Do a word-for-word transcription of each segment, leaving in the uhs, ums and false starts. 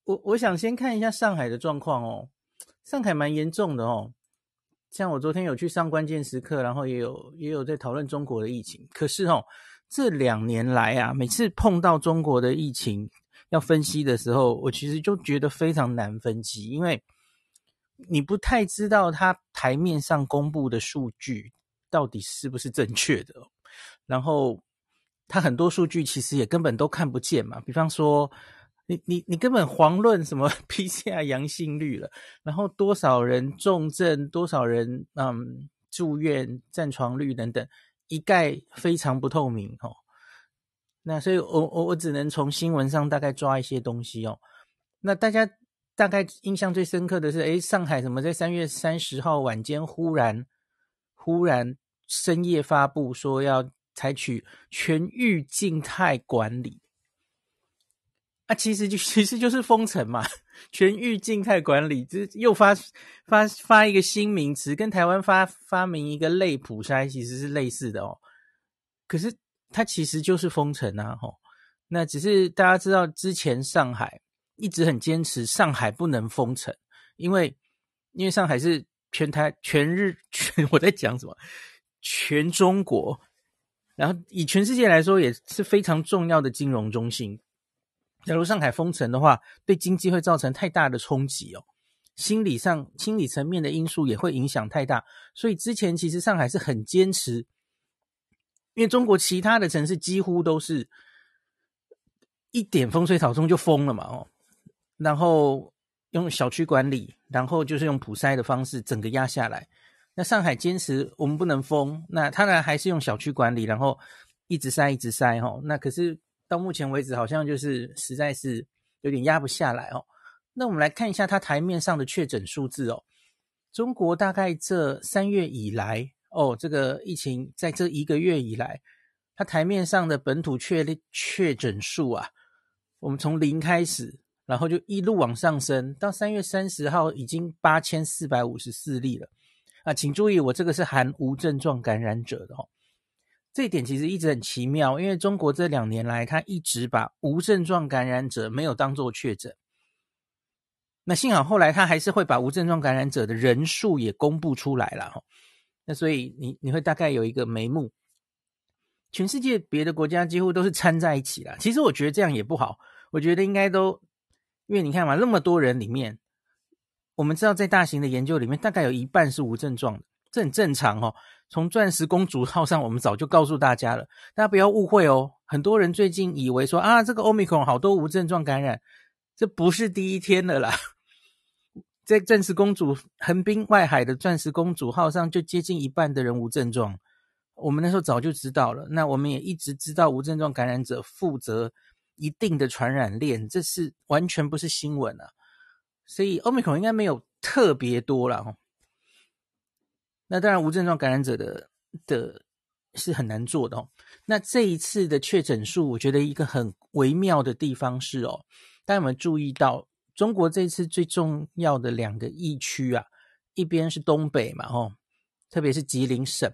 我我想先看一下上海的状况哦，上海蛮严重的哦。像我昨天有去上关键时刻，然后也有也有在讨论中国的疫情。可是哦，这两年来啊，每次碰到中国的疫情要分析的时候，我其实就觉得非常难分析，因为你不太知道他台面上公布的数据到底是不是正确的，然后他很多数据其实也根本都看不见嘛，比方说你你你根本遑论什么 P C R 阳性率了，然后多少人重症，多少人嗯住院占床率等等，一概非常不透明哦。那所以我我我只能从新闻上大概抓一些东西哦。那大家大概印象最深刻的是，诶，上海什么在三月三十号晚间忽然忽然深夜发布说要采取全域静态管理。啊，其实就其实就是封城嘛，全域静态管理，这又发发发一个新名词，跟台湾发发明一个类普筛其实是类似的哦。可是它其实就是封城啊，吼。那只是大家知道，之前上海一直很坚持，上海不能封城，因为因为上海是全台全日全我在讲什么，全中国，然后以全世界来说也是非常重要的金融中心。假如上海封城的话，对经济会造成太大的冲击哦，心理上心理层面的因素也会影响太大，所以之前其实上海是很坚持，因为中国其他的城市几乎都是一点风吹草动就封了嘛哦，然后用小区管理，然后就是用普筛的方式整个压下来。那上海坚持我们不能封，那当然还是用小区管理，然后一直筛一直筛哦，那可是到目前为止好像就是实在是有点压不下来哦。那我们来看一下它台面上的确诊数字哦。中国大概这三月以来哦，这个疫情在这一个月以来，它台面上的本土确确诊数啊，我们从零开始，然后就一路往上升，到三月三十号已经八千四百五十四例了啊！请注意，我这个是含无症状感染者的哦。这一点其实一直很奇妙，因为中国这两年来，他一直把无症状感染者没有当作确诊。那幸好后来他还是会把无症状感染者的人数也公布出来了哈。那所以你你会大概有一个眉目。全世界别的国家几乎都是掺在一起啦，其实我觉得这样也不好，我觉得应该都，因为你看嘛，那么多人里面，我们知道在大型的研究里面，大概有一半是无症状的，这很正常哦。从钻石公主号上，我们早就告诉大家了，大家不要误会哦。很多人最近以为说啊，这个 Omicron 好多无症状感染，这不是第一天了啦。在钻石公主横滨外海的钻石公主号上，就接近一半的人无症状。我们那时候早就知道了，那我们也一直知道无症状感染者负责一定的传染链，这是完全不是新闻啊。所以 Omicron 应该没有特别多啦齁。那当然无症状感染者的的是很难做的哦。那这一次的确诊数，我觉得一个很微妙的地方是哦，大家有没有注意到中国这次最重要的两个疫区啊，一边是东北嘛齁，特别是吉林省，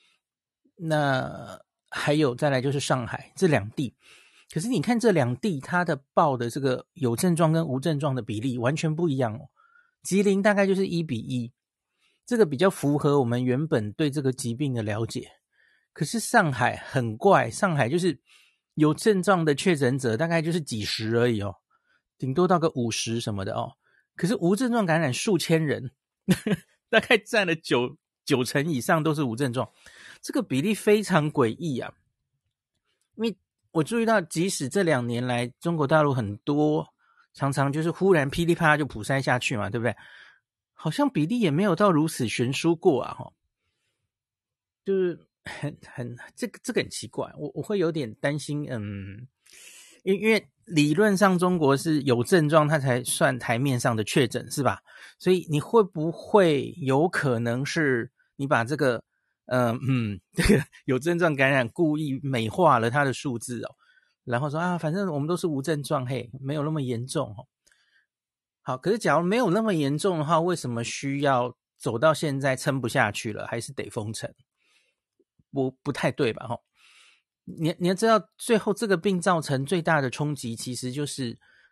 那还有再来就是上海这两地。可是你看这两地它的报的这个有症状跟无症状的比例完全不一样哦。吉林大概就是一比一，这个比较符合我们原本对这个疾病的了解。可是上海很怪，上海就是有症状的确诊者大概就是几十而已哦，顶多到个五十什么的哦。可是无症状感染数千人，大概占了九九成以上都是无症状，这个比例非常诡异啊。因为我注意到，即使这两年来中国大陆很多常常就是忽然噼里啪啦就普筛下去嘛，对不对？好像比例也没有到如此悬殊过啊，齁，就是很很这个这个很奇怪，我我会有点担心，嗯，因因为理论上中国是有症状它才算台面上的确诊是吧？所以你会不会有可能是你把这个呃嗯这个有症状感染故意美化了它的数字哦，然后说啊反正我们都是无症状，嘿，没有那么严重哦。好，可是假如没有那么严重的话，为什么需要走到现在撑不下去了，还是得封城？不不太对吧？齁，你你要知道，最后这个病造成最大的冲击，其实就是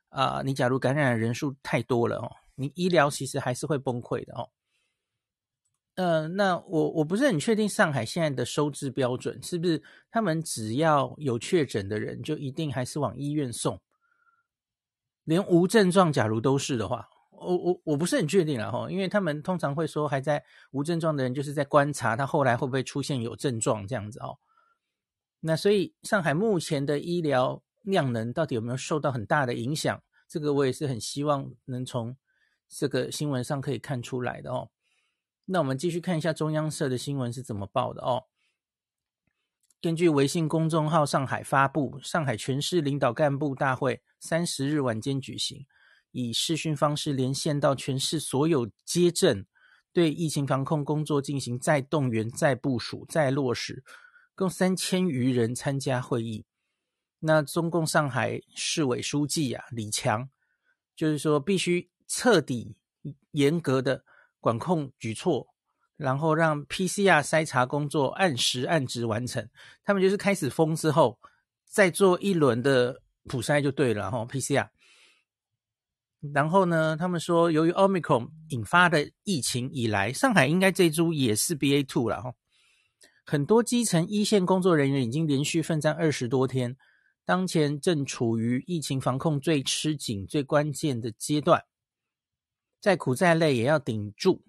啊、呃，你假如感染的人数太多了哦，你医疗其实还是会崩溃的哦。呃，那我我不是很确定上海现在的收治标准是不是他们只要有确诊的人就一定还是往医院送，连无症状假如都是的话，我我我不是很确定啦齁，因为他们通常会说还在无症状的人就是在观察他后来会不会出现有症状这样子哦。那所以上海目前的医疗量能到底有没有受到很大的影响，这个我也是很希望能从这个新闻上可以看出来的哦。那我们继续看一下中央社的新闻是怎么报的哦。根据微信公众号上海发布，上海全市领导干部大会三十日晚间举行，以视讯方式连线到全市所有街镇，对疫情防控工作进行再动员、再部署、再落实，共三千余人参加会议。那中共上海市委书记啊李强，就是说必须彻底严格的管控举措，然后让 P C R 筛查工作按时按值完成。他们就是开始封之后，再做一轮的普筛就对了，然后 P C R。然后呢，他们说由于 Omicron 引发的疫情以来，上海应该这株也是 B A 二 了哈。很多基层一线工作人员已经连续奋战二十多天，当前正处于疫情防控最吃紧、最关键的阶段，再苦再累也要顶住。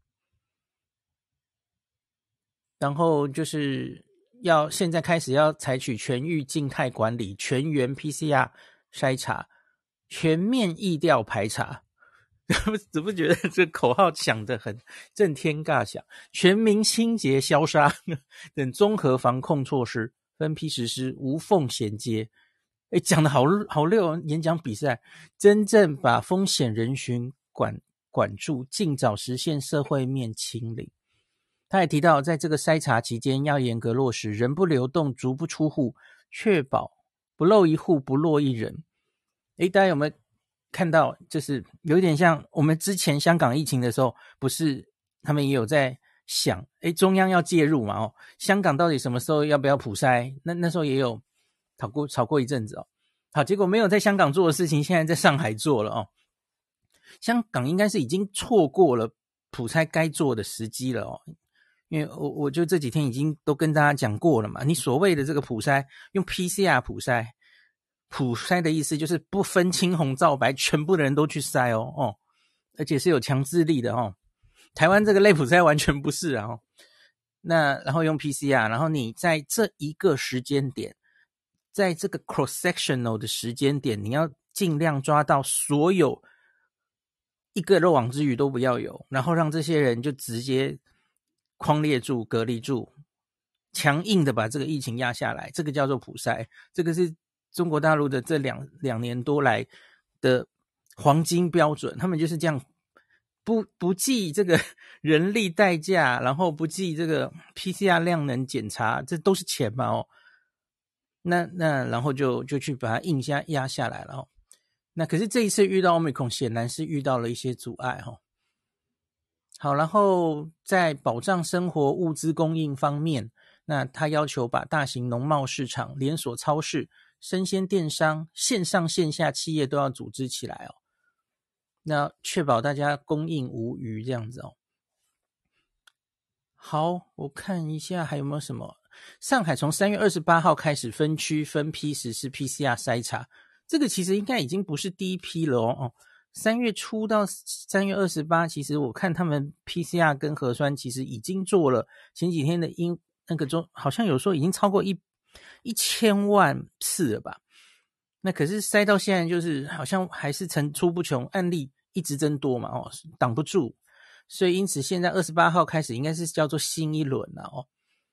然后就是要现在开始要采取全域静态管理、全员 P C R 筛查、全面疫调排查。怎么觉得这口号响得很震天尬响？全民清洁消杀等综合防控措施分批实施，无缝衔接。诶，讲得好好溜，演讲比赛真正把风险人群管管住，尽早实现社会面清零。他也提到，在这个筛查期间要严格落实人不流动、足不出户，确保不漏一户、不落一人。诶，大家有没有看到，就是有一点像我们之前香港疫情的时候，不是他们也有在想，诶，中央要介入嘛？哦，香港到底什么时候要不要普筛？那那时候也有吵过吵过一阵子哦。好，结果没有在香港做的事情，现在在上海做了哦。香港应该是已经错过了普筛该做的时机了哦。因为我我就这几天已经都跟大家讲过了嘛，你所谓的这个普筛用 P C R 普筛，普筛的意思就是不分青红皂白，全部的人都去筛哦哦，而且是有强制力的哦。台湾这个类普筛完全不是啊哦。那然后用 P C R， 然后你在这一个时间点，在这个 cross sectional 的时间点，你要尽量抓到所有一个漏网之鱼都不要有，然后让这些人就直接匡列住、隔离住，强硬的把这个疫情压下来，这个叫做普筛。这个是中国大陆的这两两年多来的黄金标准，他们就是这样，不不计这个人力代价，然后不计这个 P C R 量能检查，这都是钱嘛哦。那那然后就就去把它硬下压下来了哦。那可是这一次遇到 Omicron 显然是遇到了一些阻碍哦。好，然后在保障生活物资供应方面，那他要求把大型农贸市场、连锁超市、生鲜电商、线上线下企业都要组织起来哦。那确保大家供应无虞这样子哦。好，我看一下还有没有什么。上海从三月二十八号开始分区分批实施 P C R 筛查，这个其实应该已经不是第一批了哦。哦，三月初到三月二十八，其实我看他们 P C R 跟核酸其实已经做了，前几天的因那个中好像有说已经超过一一千万次了吧。那可是筛到现在就是好像还是层出不穷，案例一直增多嘛哦，挡不住。所以因此现在二十八号开始应该是叫做新一轮了哦。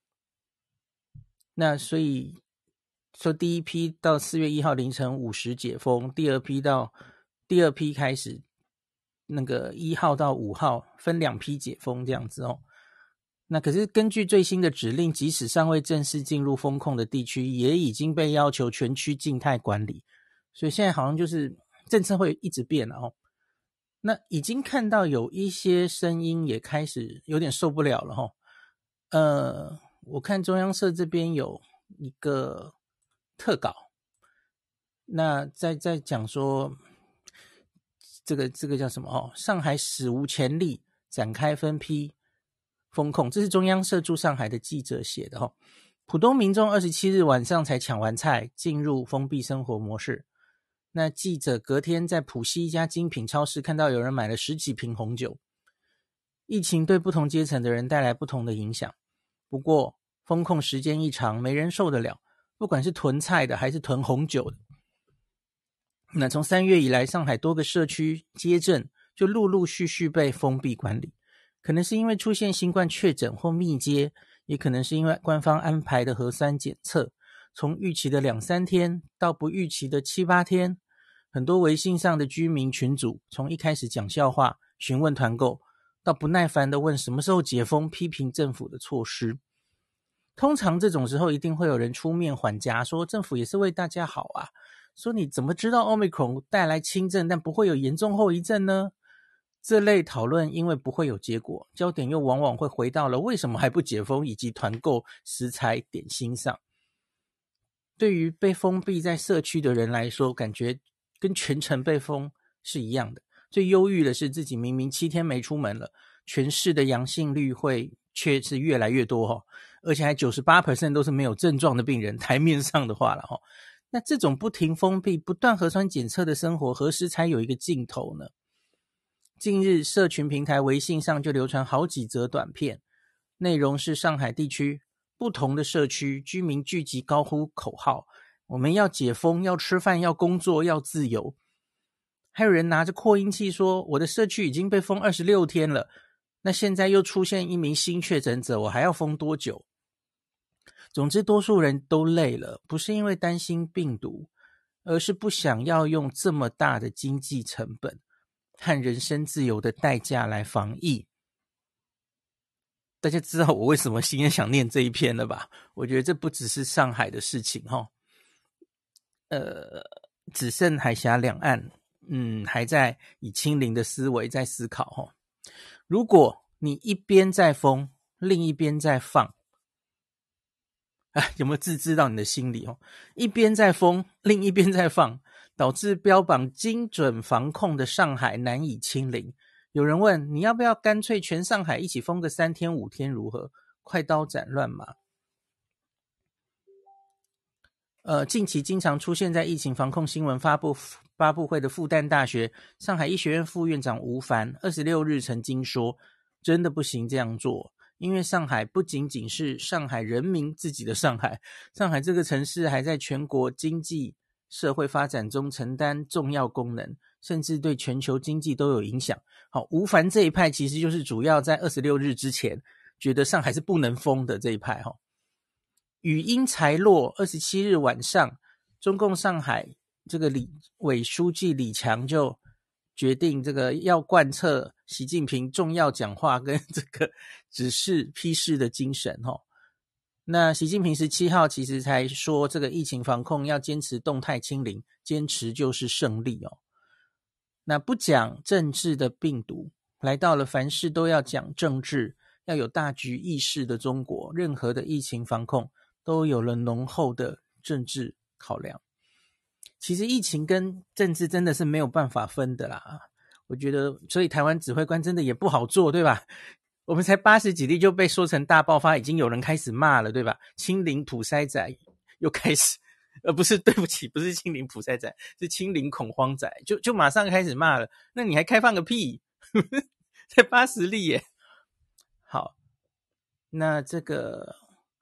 那所以说第一批到四月一号凌晨五时解封，第二批到第二批开始那个一号到五号分两批解封这样子哦。那可是根据最新的指令，即使尚未正式进入封控的地区，也已经被要求全区静态管理。所以现在好像就是政策会一直变了哦。那已经看到有一些声音也开始有点受不了了哦。呃，我看中央社这边有一个特稿，那在在讲说这个这个叫什么哦？上海史无前例展开分批封控，这是中央社驻上海的记者写的哦。浦东民众二十七日晚上才抢完菜，进入封闭生活模式。那记者隔天在浦西一家精品超市看到有人买了十几瓶红酒。疫情对不同阶层的人带来不同的影响，不过封控时间一长，没人受得了，不管是囤菜的还是囤红酒的。那从三月以来，上海多个社区街镇就陆陆续续被封闭管理，可能是因为出现新冠确诊或密接，也可能是因为官方安排的核酸检测，从预期的两三天到不预期的七八天。很多微信上的居民群组，从一开始讲笑话、询问团购，到不耐烦的问什么时候解封，批评政府的措施。通常这种时候一定会有人出面缓颊，说政府也是为大家好啊，说你怎么知道 Omicron 带来轻症但不会有严重后遗症呢？这类讨论因为不会有结果，焦点又往往会回到了为什么还不解封以及团购食材点心上。对于被封闭在社区的人来说，感觉跟全城被封是一样的。最忧郁的是自己明明七天没出门了，全市的阳性率会却是越来越多、哦、而且还 百分之九十八 都是没有症状的病人，台面上的话了、哦、那这种不停封闭不断核酸检测的生活何时才有一个尽头呢？近日社群平台微信上就流传好几则短片，内容是上海地区不同的社区居民聚集高呼口号，我们要解封，要吃饭，要工作，要自由。还有人拿着扩音器说，我的社区已经被封二十六天了，那现在又出现一名新确诊者，我还要封多久？总之多数人都累了，不是因为担心病毒，而是不想要用这么大的经济成本和人身自由的代价来防疫。大家知道我为什么今天想念这一篇了吧？我觉得这不只是上海的事情、哦、呃，只剩海峡两岸嗯，还在以清零的思维在思考、哦、如果你一边在封，另一边在放，有没有自知到你的心里、哦、一边在封，另一边在放，导致标榜精准防控的上海难以清零。有人问，你要不要干脆全上海一起封个三天五天如何？快刀斩乱麻。呃，近期经常出现在疫情防控新闻发布发布会的复旦大学上海医学院副院长吴凡二十六日曾经说，真的不行这样做，因为上海不仅仅是上海人民自己的上海，上海这个城市还在全国经济社会发展中承担重要功能，甚至对全球经济都有影响。好，吴凡这一派其实就是主要在二十六日之前觉得上海是不能封的这一派、哦、语音才落二十七日晚上，中共上海这个李委书记李强就决定这个要贯彻习近平重要讲话跟这个指示批示的精神、哦、那习近平十七号其实才说这个疫情防控要坚持动态清零，坚持就是胜利哦。那不讲政治的病毒，来到了凡事都要讲政治，要有大局意识的中国，任何的疫情防控都有了浓厚的政治考量。其实疫情跟政治真的是没有办法分的啦，我觉得，所以台湾指挥官真的也不好做，对吧？我们才八十几例就被说成大爆发，已经有人开始骂了，对吧？清零普筛仔又开始，呃，不是，对不起，不是清零普筛仔，是清零恐慌仔，就就马上开始骂了。那你还开放个屁？才八十例耶！好，那这个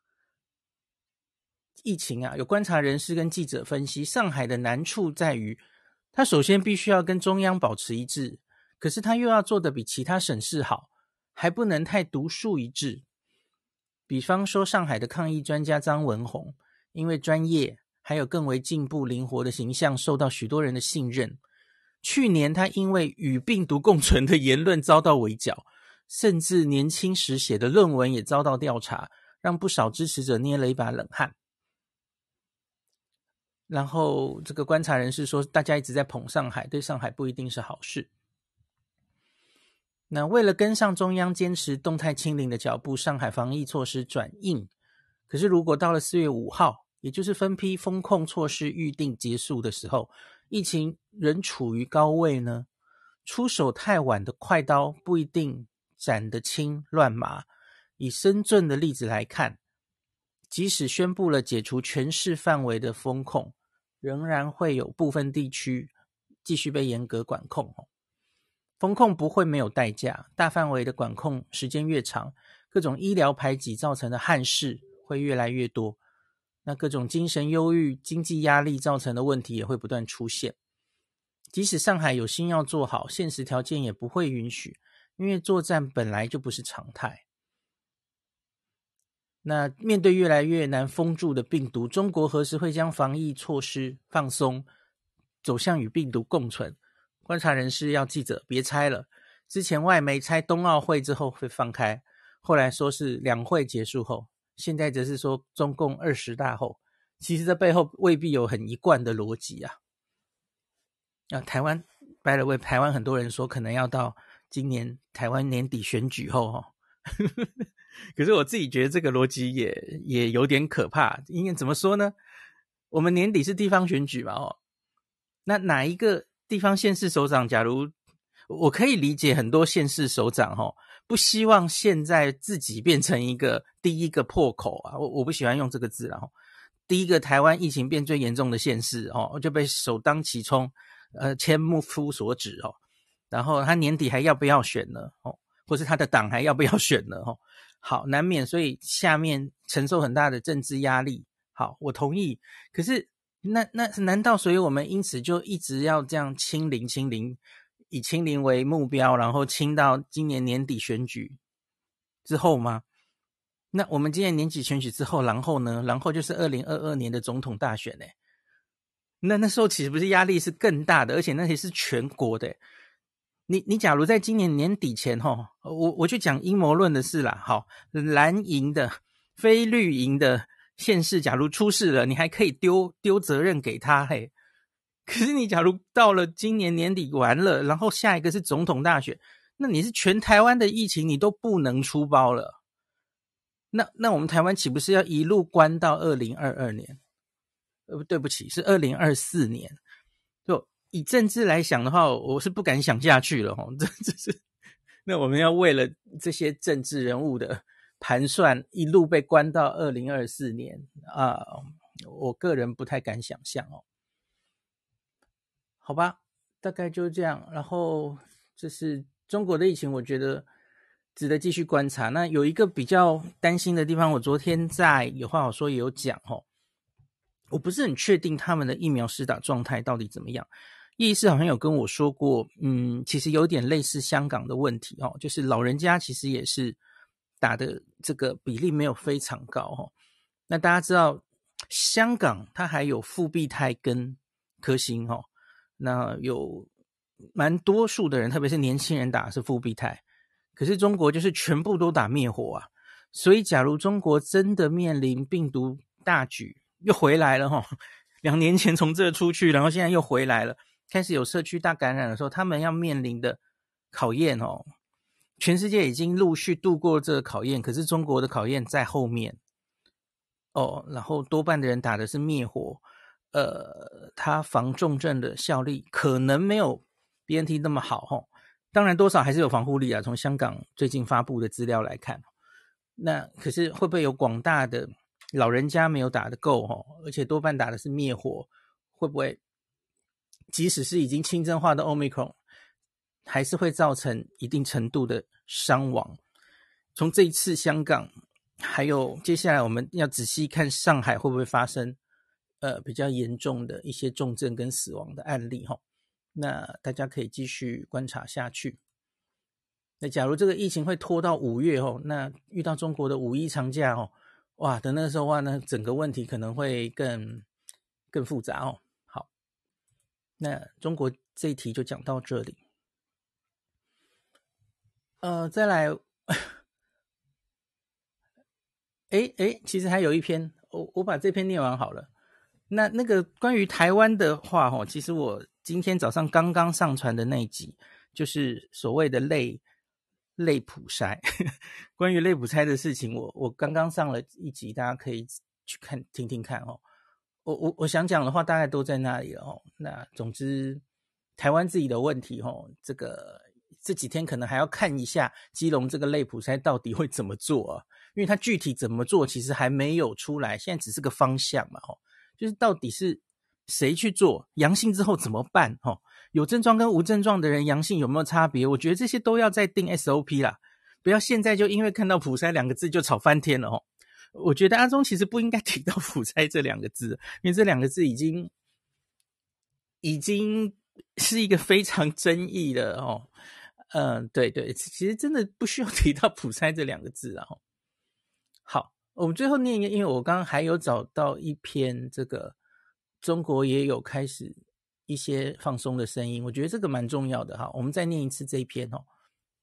疫情啊，有观察人士跟记者分析，上海的难处在于，他首先必须要跟中央保持一致，可是他又要做得比其他省市好，还不能太独树一帜。比方说上海的抗疫专家张文宏，因为专业还有更为进步灵活的形象受到许多人的信任。去年他因为与病毒共存的言论遭到围剿，甚至年轻时写的论文也遭到调查，让不少支持者捏了一把冷汗。然后这个观察人士说，大家一直在捧上海，对上海不一定是好事。那为了跟上中央坚持动态清零的脚步，上海防疫措施转硬。可是如果到了四月五号，也就是分批封控措施预定结束的时候，疫情仍处于高位呢？ 出手太晚的快刀不一定斩得轻乱麻。以深圳的例子来看，即使宣布了解除全市范围的封控，仍然会有部分地区继续被严格管控。封控不会没有代价，大范围的管控时间越长，各种医疗排挤造成的憾事会越来越多，那各种精神忧郁、经济压力造成的问题也会不断出现。即使上海有心要做好，现实条件也不会允许，因为作战本来就不是常态。那面对越来越难封住的病毒，中国何时会将防疫措施放松，走向与病毒共存？观察人士要记者别猜了，之前外媒猜冬奥会之后会放开，后来说是两会结束后，现在则是说中共二十大后，其实这背后未必有很一贯的逻辑啊。啊，台湾 by the way， 台湾很多人说可能要到今年台湾年底选举后哦，可是我自己觉得这个逻辑也也有点可怕，因为怎么说呢？我们年底是地方选举嘛哦，那哪一个地方县市首长，假如我可以理解很多县市首长哦，不希望现在自己变成一个第一个破口啊，我我不喜欢用这个字啦哦，第一个台湾疫情变最严重的县市哦，就被首当其冲，呃，千木夫所指哦，然后他年底还要不要选呢？哦，或是他的党还要不要选呢？哦，好，难免，所以下面承受很大的政治压力。好，我同意。可是那那难道所以我们因此就一直要这样清零清零，以清零为目标，然后清到今年年底选举之后吗？那我们今年年底选举之后，然后呢？然后就是二零二二年的总统大选诶。那那时候其实不是压力是更大的，而且那些是全国的。你你假如在今年年底前齁，我我就讲阴谋论的事啦，好，蓝营的非绿营的县市假如出事了，你还可以丢丢责任给他嘿。可是你假如到了今年年底完了，然后下一个是总统大选，那你是全台湾的疫情你都不能出包了。那那我们台湾岂不是要一路关到二零二二年？呃，对不起，是二零二四年。就以政治来想的话，我是不敢想下去了齁，这这是那我们要为了这些政治人物的盘算，一路被关到二零二四年啊、呃，我个人不太敢想象哦。好吧，大概就是这样。然后这是中国的疫情，我觉得值得继续观察。那有一个比较担心的地方，我昨天在有话好说也有讲齁，我不是很确定他们的疫苗施打状态到底怎么样。叶医师好像有跟我说过，嗯，其实有点类似香港的问题哦，就是老人家其实也是打的这个比例没有非常高哦。那大家知道，香港它还有复必泰跟科兴哦，那有蛮多数的人，特别是年轻人打的是复必泰，可是中国就是全部都打灭活啊。所以假如中国真的面临病毒大举又回来了齁，两年前从这出去，然后现在又回来了，开始有社区大感染的时候，他们要面临的考验哦，全世界已经陆续度过这个考验，可是中国的考验在后面哦，然后多半的人打的是灭活，呃，它防重症的效力可能没有 B N T 那么好齁，当然多少还是有防护力啊，从香港最近发布的资料来看，那可是会不会有广大的老人家没有打得够齁，而且多半打的是灭活，会不会即使是已经轻症化的 Omicron 还是会造成一定程度的伤亡。从这一次香港还有接下来我们要仔细看上海会不会发生呃比较严重的一些重症跟死亡的案例齁，那大家可以继续观察下去。那假如这个疫情会拖到五月齁，那遇到中国的五一长假齁，哇，等那个时候的话呢，整个问题可能会更更复杂哦。好，那中国这一题就讲到这里。呃，再来，诶诶，其实还有一篇，我我把这篇念完好了。那那个关于台湾的话齁，其实我今天早上刚刚上传的那一集，就是所谓的类类普筛，关于类普筛的事情，我我刚刚上了一集，大家可以去看听听看哦。我我我想讲的话大概都在那里了哦。那总之台湾自己的问题哦，这个这几天可能还要看一下基隆这个类普筛到底会怎么做啊，因为它具体怎么做其实还没有出来，现在只是个方向嘛哦，就是到底是谁去做，阳性之后怎么办哦，有症状跟无症状的人阳性有没有差别，我觉得这些都要再定 S O P 啦，不要现在就因为看到普筛两个字就吵翻天了哦。我觉得阿中其实不应该提到普筛这两个字，因为这两个字已经已经是一个非常争议的哦。嗯，对对，其实真的不需要提到普筛这两个字啊。好，我们最后念一个，因为我刚刚还有找到一篇这个中国也有开始一些放松的声音，我觉得这个蛮重要的哈。我们再念一次这一篇哦。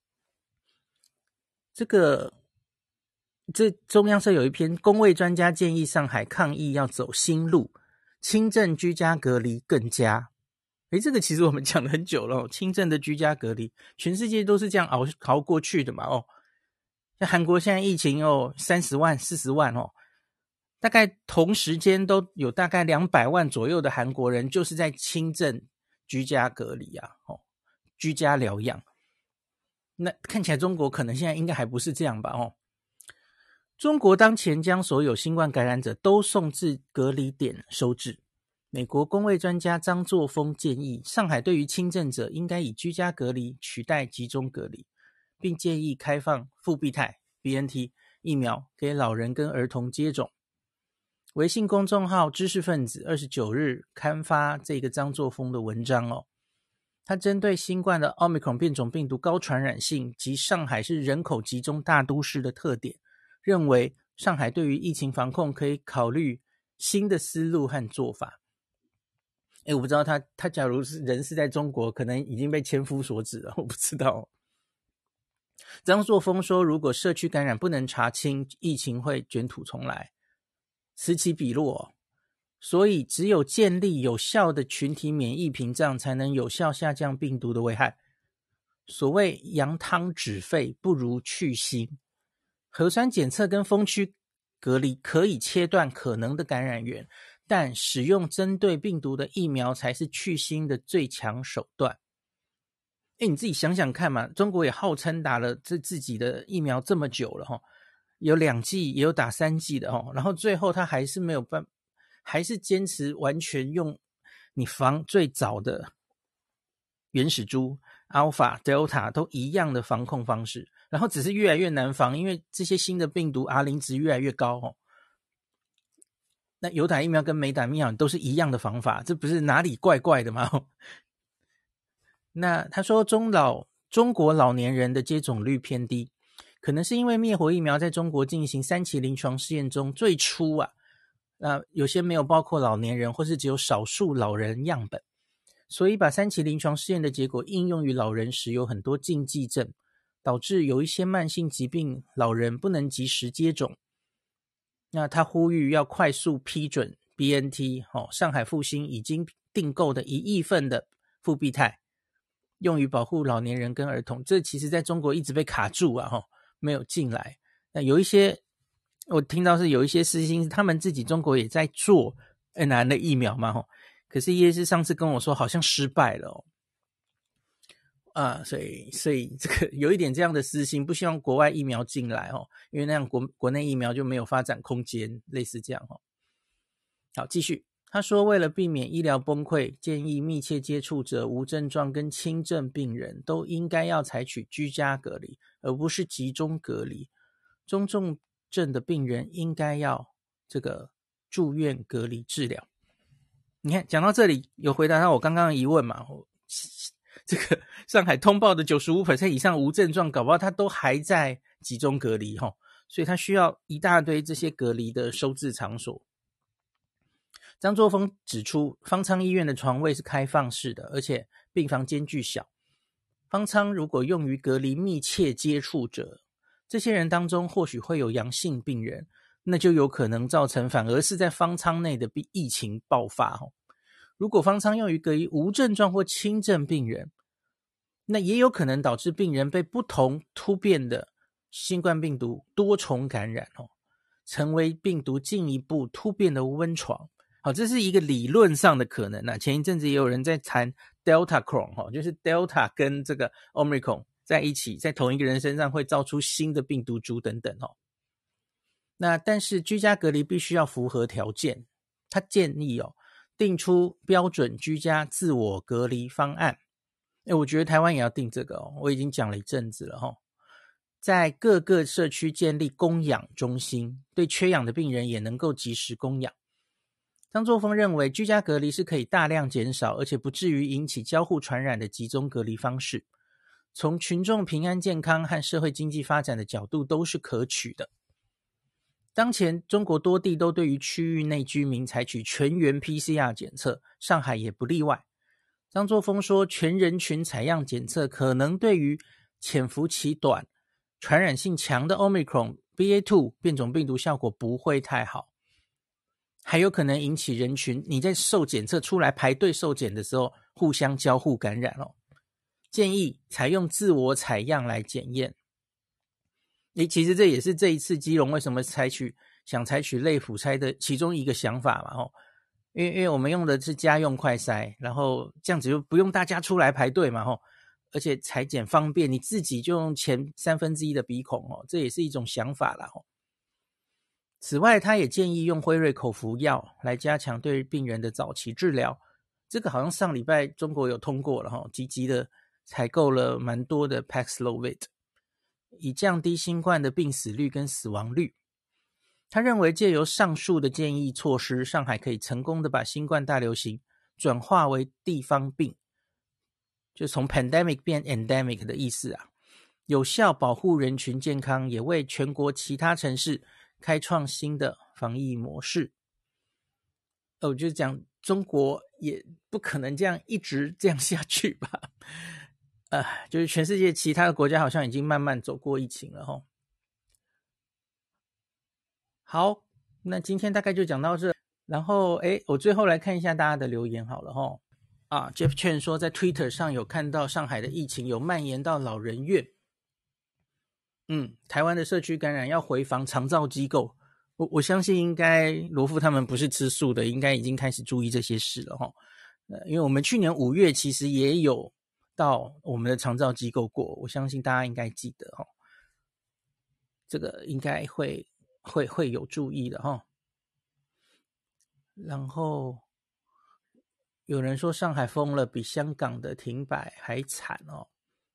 这个这中央社有一篇公卫专家建议上海抗疫要走新路，轻症居家隔离更加。诶，这个其实我们讲了很久了哦，轻症的居家隔离，全世界都是这样熬熬过去的嘛哦。像韩国现在疫情哦三十万四十万哦，大概同时间都有大概两百万左右的韩国人就是在轻症居家隔离啊哦，居家疗养。那看起来中国可能现在应该还不是这样吧哦。中国当前将所有新冠感染者都送至隔离点收治。美国公卫专家张作峰建议，上海对于轻症者应该以居家隔离取代集中隔离，并建议开放复必泰 B N T 疫苗给老人跟儿童接种。微信公众号知识分子二十九日刊发这个张作峰的文章哦，他针对新冠的 Omicron 变种病毒高传染性及上海是人口集中大都市的特点，认为上海对于疫情防控可以考虑新的思路和做法。诶，我不知道他他假如是人是在中国，可能已经被千夫所指了，我不知道。张作峰说，如果社区感染不能查清，疫情会卷土重来，此起彼落。所以只有建立有效的群体免疫屏障，才能有效下降病毒的危害。所谓扬汤止沸，不如去腥。核酸检测跟封区隔离可以切断可能的感染源，但使用针对病毒的疫苗才是去腥的最强手段。诶，你自己想想看嘛，中国也号称打了自自己的疫苗这么久了齁，有两剂也有打三剂的齁，然后最后他还是没有办还是坚持完全用你防最早的原始株 Alpha、Delta 都一样的防控方式，然后只是越来越难防，因为这些新的病毒 R 零 值越来越高齁。那有打疫苗跟没打疫苗都是一样的方法，这不是哪里怪怪的吗？那他说中老中国老年人的接种率偏低，可能是因为灭活疫苗在中国进行三期临床试验中，最初啊，那有些没有包括老年人，或是只有少数老人样本，所以把三期临床试验的结果应用于老人时有很多禁忌症，导致有一些慢性疾病老人不能及时接种。那他呼吁要快速批准 B N T、哦、上海复星已经订购的一亿份的复必泰，用于保护老年人跟儿童，这其实在中国一直被卡住啊，齁，没有进来。那有一些我听到是有一些私心，他们自己中国也在做 N R N 的疫苗嘛，齁，可是叶师上次跟我说好像失败了哦。啊，所以所以这个有一点这样的私心，不希望国外疫苗进来哦，因为那样国国内疫苗就没有发展空间，类似这样哦。好，继续。他说，为了避免医疗崩溃，建议密切接触者、无症状跟轻症病人都应该要采取居家隔离，而不是集中隔离。中重症的病人应该要这个住院隔离治疗。你看，讲到这里有回答到我刚刚的疑问嘛？这个上海通报的 百分之九十五 以上无症状，搞不好他都还在集中隔离齁，所以他需要一大堆这些隔离的收治场所。张作峰指出，方舱医院的床位是开放式的，而且病房间距小。方舱如果用于隔离密切接触者，这些人当中或许会有阳性病人，那就有可能造成反而是在方舱内的疫情爆发。如果方舱用于隔离无症状或轻症病人，那也有可能导致病人被不同突变的新冠病毒多重感染，成为病毒进一步突变的温床。好，这是一个理论上的可能啊。前一阵子也有人在谈 Deltacron 哈，就是 Delta 跟这个 Omicron 在一起，在同一个人身上会造出新的病毒株等等哦。那但是居家隔离必须要符合条件，他建议哦定出标准居家自我隔离方案。诶，我觉得台湾也要定这个哦，我已经讲了一阵子了哦。在各个社区建立供氧中心，对缺氧的病人也能够及时供氧。张作峰认为居家隔离是可以大量减少而且不至于引起交互传染的集中隔离方式，从群众平安健康和社会经济发展的角度都是可取的。当前中国多地都对于区域内居民采取全员 P C R 检测，上海也不例外。张作峰说，全人群采样检测可能对于潜伏期短、传染性强的 Omicron B A 二 变种病毒效果不会太好，还有可能引起人群你在受检测出来排队受检的时候互相交互感染哦。建议采用自我采样来检验。诶，其实这也是这一次基隆为什么采取想采取类普筛的其中一个想法嘛吼，因为因为我们用的是家用快筛，然后这样子就不用大家出来排队嘛吼，而且采检方便，你自己就用前三分之一的鼻孔哦，这也是一种想法啦吼。此外，他也建议用辉瑞口服药来加强对病人的早期治疗，这个好像上礼拜中国有通过了吼，积极的采购了蛮多的 Paxlovid，以降低新冠的病死率跟死亡率。他认为借由上述的建议措施，上海可以成功的把新冠大流行转化为地方病，就从 pandemic 变 endemic 的意思啊，有效保护人群健康，也为全国其他城市开创新的防疫模式。我就讲中国也不可能这样一直这样下去吧。呃，就是全世界其他的国家好像已经慢慢走过疫情了齁。好，那今天大概就讲到这。然后，诶，我最后来看一下大家的留言好了齁。啊 ，Jeff Chen 说在 Twitter 上有看到上海的疫情有蔓延到老人院。嗯，台湾的社区感染要回防长照机构。我我相信应该罗夫他们不是吃素的，应该已经开始注意这些事了齁。呃，因为我们去年五月其实也有到我们的长照机构过，我相信大家应该记得齁，这个应该会会会有注意的齁。然后有人说上海封了比香港的停摆还惨哦。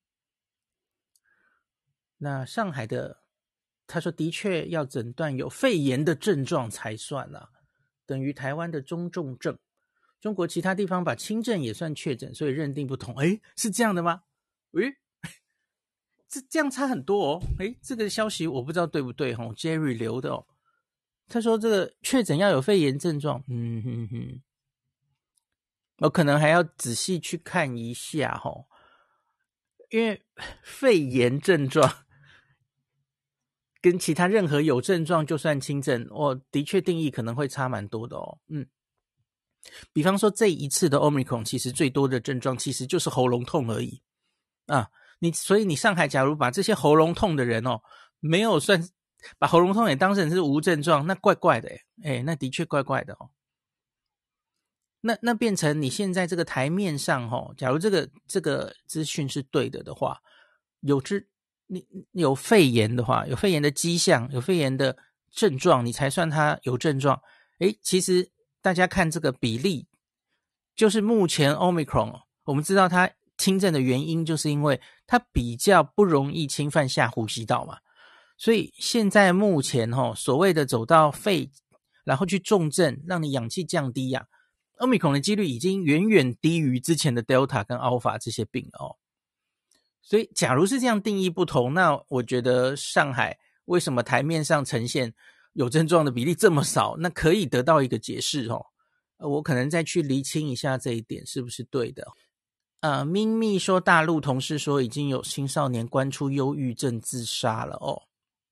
那上海的他说的确要诊断有肺炎的症状才算啊，等于台湾的中重症。中国其他地方把轻症也算确诊，所以认定不同。诶，是这样的吗？诶，这这样差很多哦。诶，这个消息我不知道对不对哦 Jerry 留的哦。他说这个确诊要有肺炎症状，嗯哼哼，我可能还要仔细去看一下哦，因为肺炎症状跟其他任何有症状就算轻症，我的确定义可能会差蛮多的哦。嗯，比方说这一次的 Omicron 其实最多的症状其实就是喉咙痛而已啊。你所以你上海假如把这些喉咙痛的人哦，没有算把喉咙痛也当成是无症状，那怪怪的诶，诶那的确怪怪的哦。那那变成你现在这个台面上哦，假如这个这个资讯是对的的话，有之你有肺炎的话，有肺炎的迹象，有肺炎的症状，你才算它有症状。诶，其实大家看这个比例，就是目前 Omicron 我们知道它轻症的原因就是因为它比较不容易侵犯下呼吸道嘛，所以现在目前齁所谓的走到肺然后去重症让你氧气降低啊， Omicron 的几率已经远远低于之前的 Delta 跟 Alpha 这些病了哦。所以假如是这样定义不同，那我觉得上海为什么台面上呈现有症状的比例这么少，那可以得到一个解释哦。我可能再去厘清一下这一点是不是对的。呃，咪咪说大陆同事说已经有青少年关出忧郁症自杀了哦。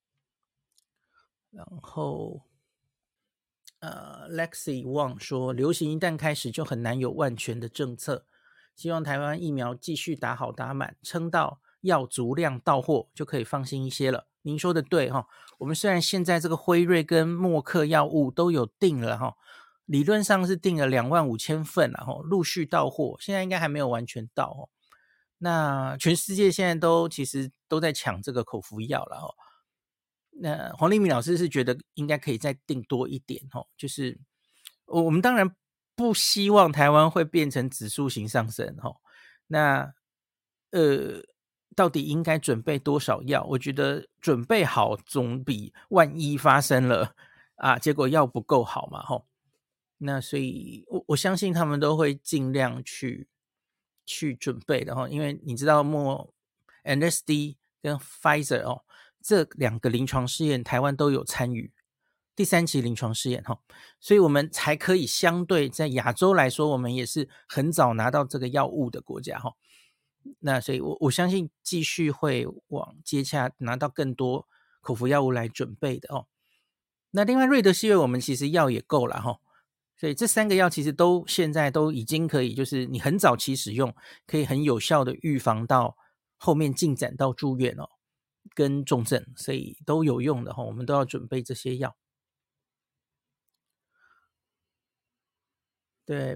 然后呃 Lexi Wang 说流行一旦开始就很难有万全的政策，希望台湾疫苗继续打好打满，撑到药足量到货就可以放心一些了。您说的对齁，我们虽然现在这个辉瑞跟默克药物都有定了齁， 理论上是订了两万五千份啊，陆续到货，现在应该还没有完全到哦。那全世界现在都其实都在抢这个口服药了哦。那黄立明老师是觉得应该可以再订多一点哦，就是我们当然不希望台湾会变成指数型上升哦。那呃，到底应该准备多少药？我觉得准备好总比万一发生了啊，结果药不够好嘛吼。那所以我我相信他们都会尽量去去准备的哈，因为你知道莫 M S D 跟 Pfizer 哦，这两个临床试验台湾都有参与第三期临床试验哈，所以我们才可以相对在亚洲来说，我们也是很早拿到这个药物的国家哈。那所以我我相信继续会往接洽拿到更多口服药物来准备的哦。那另外瑞德西韦我们其实药也够了哈。所以这三个药其实都现在都已经可以，就是你很早期使用，可以很有效的预防到后面进展到住院哦，跟重症，所以都有用的哈，我们都要准备这些药。对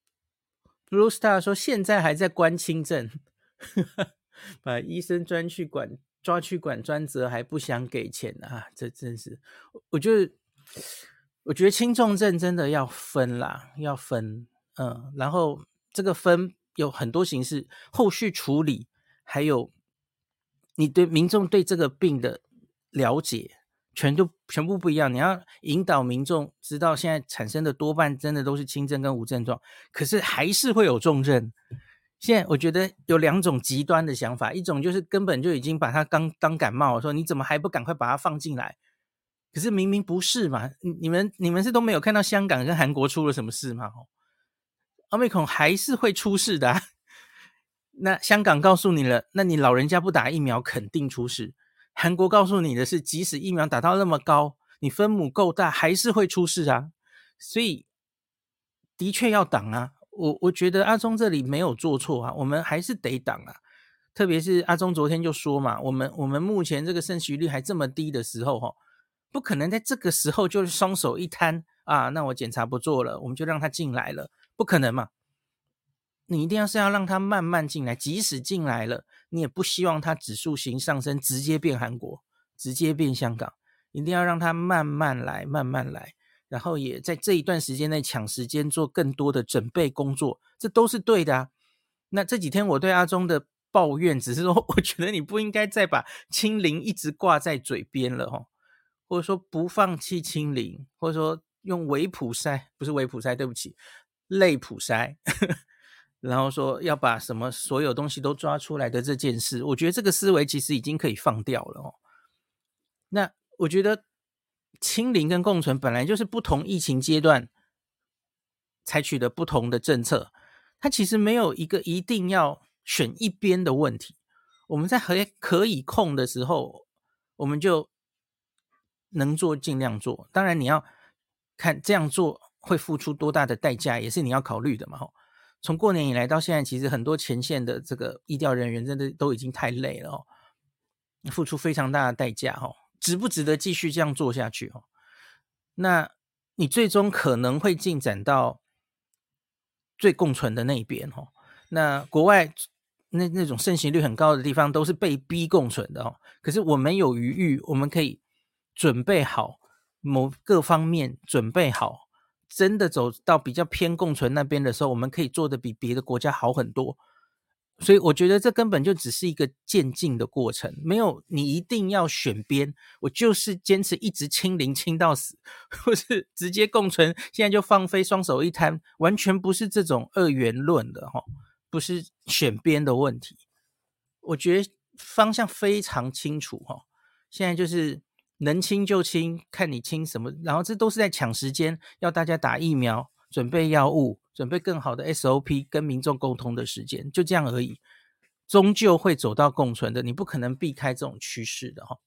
，Blue Star 说现在还在关轻症，把医生专去管抓去管专责，还不想给钱啊，这真是，我觉得。我觉得轻重症真的要分啦，要分，嗯，然后这个分有很多形式，后续处理，还有你对民众对这个病的了解，全都全部不一样。你要引导民众知道，现在产生的多半真的都是轻症跟无症状，可是还是会有重症。现在我觉得有两种极端的想法，一种就是根本就已经把它当当感冒了，说你怎么还不赶快把它放进来？可是明明不是嘛，你们你们是都没有看到香港跟韩国出了什么事吗？奥密克戎还是会出事的啊。那香港告诉你了，那你老人家不打疫苗肯定出事。韩国告诉你的是，即使疫苗打到那么高，你分母够大还是会出事啊。所以的确要挡啊，我我觉得阿中这里没有做错啊，我们还是得挡啊。特别是阿中昨天就说嘛，我们我们目前这个盛行率还这么低的时候齁，不可能在这个时候就双手一摊啊，那我检查不做了，我们就让他进来了，不可能嘛。你一定要是要让他慢慢进来，即使进来了，你也不希望他指数型上升直接变韩国，直接变香港，一定要让他慢慢来，慢慢来，然后也在这一段时间内抢时间做更多的准备工作，这都是对的啊。那这几天我对阿中的抱怨只是说，我觉得你不应该再把清零一直挂在嘴边了齁。或者说不放弃清零，或者说用维普筛，不是维普筛，对不起，类普筛，然后说要把什么所有东西都抓出来的这件事，我觉得这个思维其实已经可以放掉了哦。那我觉得清零跟共存本来就是不同疫情阶段采取的不同的政策，它其实没有一个一定要选一边的问题。我们在可以控的时候，我们就能做尽量做，当然你要看这样做会付出多大的代价，也是你要考虑的嘛。从过年以来到现在，其实很多前线的这个医调人员真的都已经太累了哦，付出非常大的代价哦，值不值得继续这样做下去哦？那你最终可能会进展到最共存的那一边哦。那国外那那种盛行率很高的地方都是被逼共存的哦，可是我们有余裕，我们可以准备好某各方面准备好，真的走到比较偏共存那边的时候，我们可以做的比别的国家好很多。所以我觉得这根本就只是一个渐进的过程，没有你一定要选边，我就是坚持一直清零清到死，或是直接共存，现在就放飞双手一摊，完全不是这种二元论的齁，不是选边的问题。我觉得方向非常清楚齁，现在就是能清就清，看你清什么，然后这都是在抢时间，要大家打疫苗，准备药物，准备更好的 S O P 跟民众沟通的时间，就这样而已，终究会走到共存的，你不可能避开这种趋势的齁。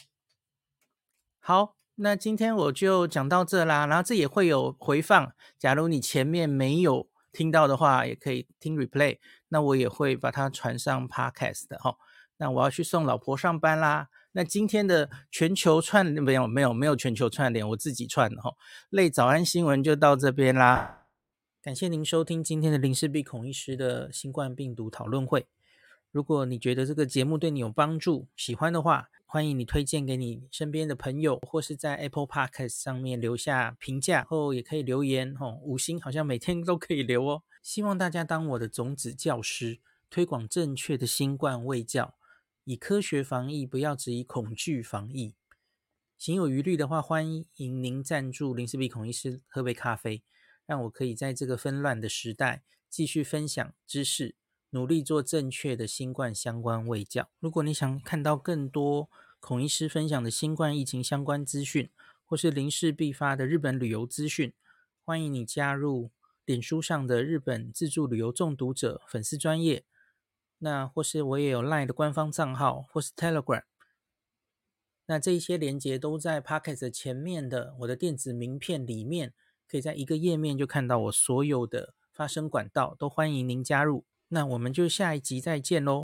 好，那今天我就讲到这啦，然后这也会有回放，假如你前面没有听到的话，也可以听 replay， 那我也会把它传上 podcast 的齁。 那我要去送老婆上班啦。那今天的全球串没有没有没有全球串联，我自己串的齁。类早安新闻就到这边啦，感谢您收听今天的林氏璧孔医师的新冠病毒讨论会。如果你觉得这个节目对你有帮助，喜欢的话，欢迎你推荐给你身边的朋友，或是在 Apple Podcast 上面留下评价，后也可以留言齁，五星好像每天都可以留哦。希望大家当我的种子教师，推广正确的新冠卫教，以科学防疫，不要只以恐惧防疫。行有余力的话，欢迎您赞助林氏璧孔医师喝杯咖啡，让我可以在这个纷乱的时代继续分享知识，努力做正确的新冠相关卫教。如果你想看到更多孔医师分享的新冠疫情相关资讯，或是林氏璧发的日本旅游资讯，欢迎你加入脸书上的日本自助旅游中毒者粉丝专页，那或是我也有 LINE 的官方账号，或是 Telegram。那这一些连结都在 Podcast 前面的我的电子名片里面，可以在一个页面就看到我所有的发声管道，都欢迎您加入。那我们就下一集再见咯。